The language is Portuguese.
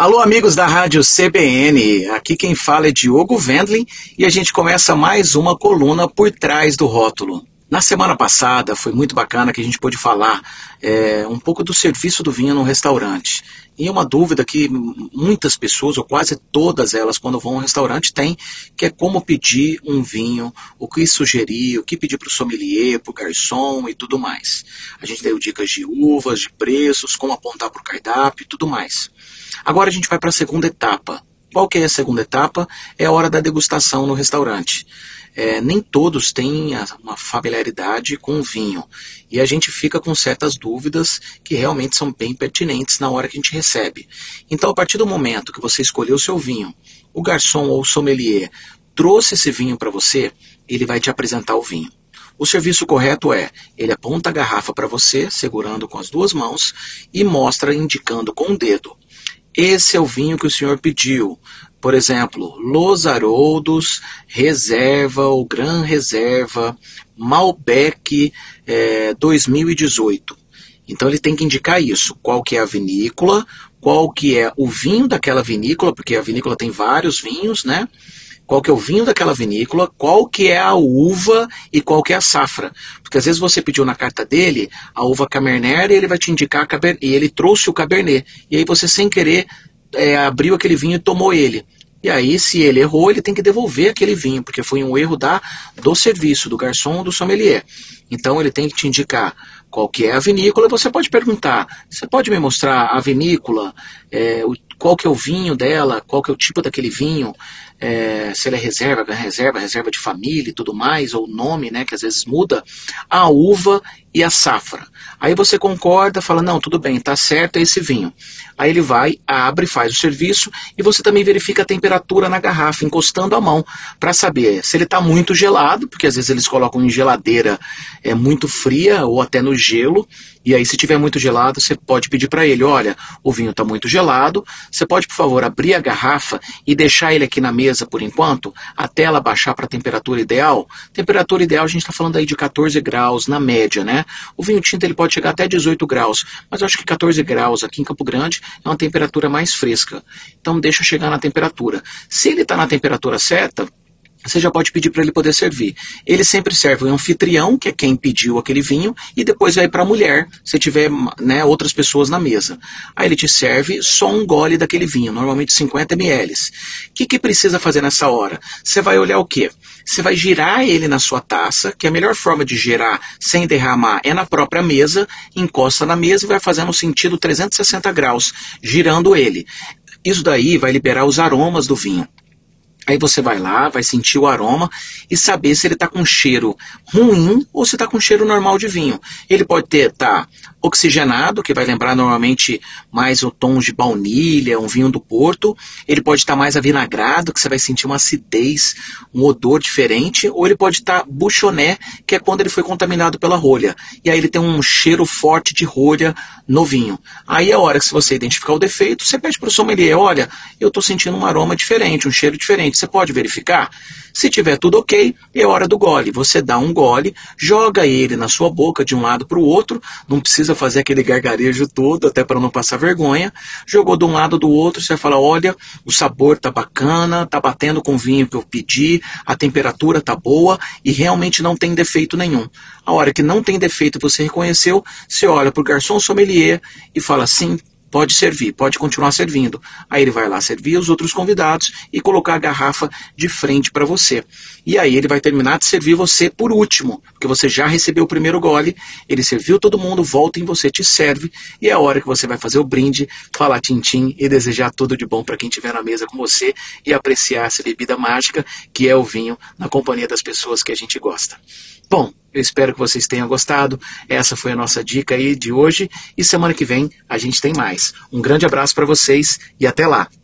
Alô, amigos da Rádio CBN, aqui quem fala é Diogo Wendling e a gente começa mais uma coluna Por Trás do Rótulo. Na semana passada foi muito bacana que a gente pôde falar um pouco do serviço do vinho no restaurante. E uma dúvida que muitas pessoas, ou quase todas elas, quando vão ao restaurante têm, que é como pedir um vinho, o que sugerir, o que pedir para o sommelier, para o garçom e tudo mais. A gente deu dicas de uvas, de preços, como apontar para o cardápio e tudo mais. Agora a gente vai para a segunda etapa. Qual que é a segunda etapa? É a hora da degustação no restaurante. Nem todos têm uma familiaridade com o vinho. E a gente fica com certas dúvidas que realmente são bem pertinentes na hora que a gente recebe. Então, a partir do momento que você escolheu o seu vinho, o garçom ou o sommelier trouxe esse vinho para você, ele vai te apresentar o vinho. O serviço correto é, ele aponta a garrafa para você, segurando com as duas mãos, e mostra indicando com o dedo. Esse é o vinho que o senhor pediu. Por exemplo, Los Haroldos, Reserva ou Gran Reserva, Malbec 2018. Então ele tem que indicar isso, qual que é a vinícola, qual que é o vinho daquela vinícola, porque a vinícola tem vários vinhos, né? Qual que é o vinho daquela vinícola, qual que é a uva e qual que é a safra. Porque às vezes você pediu na carta dele a uva Cabernet e ele vai te indicar a Cabernet, e ele trouxe o Cabernet. E aí você sem querer abriu aquele vinho e tomou ele. E aí se ele errou, ele tem que devolver aquele vinho, porque foi um erro do serviço, do garçom ou do sommelier. Então ele tem que te indicar qual que é a vinícola. Você pode perguntar, você pode me mostrar a vinícola, qual que é o vinho dela, qual que é o tipo daquele vinho, se ele é reserva de família e tudo mais, ou o nome, né, que às vezes muda, a uva e a safra. Aí você concorda, fala, não, tudo bem, tá certo, é esse vinho. Aí ele vai, abre, faz o serviço e você também verifica a temperatura na garrafa, encostando a mão, para saber se ele está muito gelado, porque às vezes eles colocam em geladeira muito fria ou até no gelo, e aí se tiver muito gelado, você pode pedir para ele, olha, o vinho está muito gelado, você pode, por favor, abrir a garrafa e deixar ele aqui na mesa por enquanto, até ela baixar para a temperatura ideal. Temperatura ideal, a gente está falando aí de 14 graus na média, né? O vinho tinto ele pode chegar até 18 graus, mas eu acho que 14 graus aqui em Campo Grande é uma temperatura mais fresca. Então deixa chegar na temperatura. Se ele está na temperatura certa, você já pode pedir para ele poder servir. Ele sempre serve o anfitrião, que é quem pediu aquele vinho, e depois vai para a mulher, se tiver né, outras pessoas na mesa. Aí ele te serve só um gole daquele vinho, normalmente 50 ml. O que precisa fazer nessa hora? Você vai olhar o quê? Você vai girar ele na sua taça, que a melhor forma de girar sem derramar é na própria mesa, encosta na mesa e vai fazendo um sentido 360 graus, girando ele. Isso daí vai liberar os aromas do vinho. Aí você vai lá, vai sentir o aroma e saber se ele está com cheiro ruim ou se está com cheiro normal de vinho. Ele pode estar oxigenado, que vai lembrar normalmente mais o tom de baunilha, um vinho do Porto. Ele pode estar mais avinagrado, que você vai sentir uma acidez, um odor diferente. Ou ele pode estar buchoné, que é quando ele foi contaminado pela rolha. E aí ele tem um cheiro forte de rolha no vinho. Aí a hora que você identificar o defeito, você pede para o sommelier, olha, eu estou sentindo um aroma diferente, um cheiro diferente. Você pode verificar? Se tiver tudo ok, é hora do gole. Você dá um gole, joga ele na sua boca de um lado para o outro, não precisa fazer aquele gargarejo todo, até para não passar vergonha. Jogou de um lado do outro, você vai falar, olha, o sabor tá bacana, tá batendo com o vinho que eu pedi, a temperatura tá boa e realmente não tem defeito nenhum. A hora que não tem defeito você reconheceu, você olha para o garçom sommelier e fala, sim, pode servir, pode continuar servindo. Aí ele vai lá servir os outros convidados e colocar a garrafa de frente para você. E aí ele vai terminar de servir você por último, porque você já recebeu o primeiro gole, ele serviu todo mundo, volta em você, te serve, e é a hora que você vai fazer o brinde, falar tchim-tchim e desejar tudo de bom para quem estiver na mesa com você e apreciar essa bebida mágica que é o vinho na companhia das pessoas que a gente gosta. Bom, eu espero que vocês tenham gostado. Essa foi a nossa dica aí de hoje e semana que vem a gente tem mais. Um grande abraço para vocês e até lá!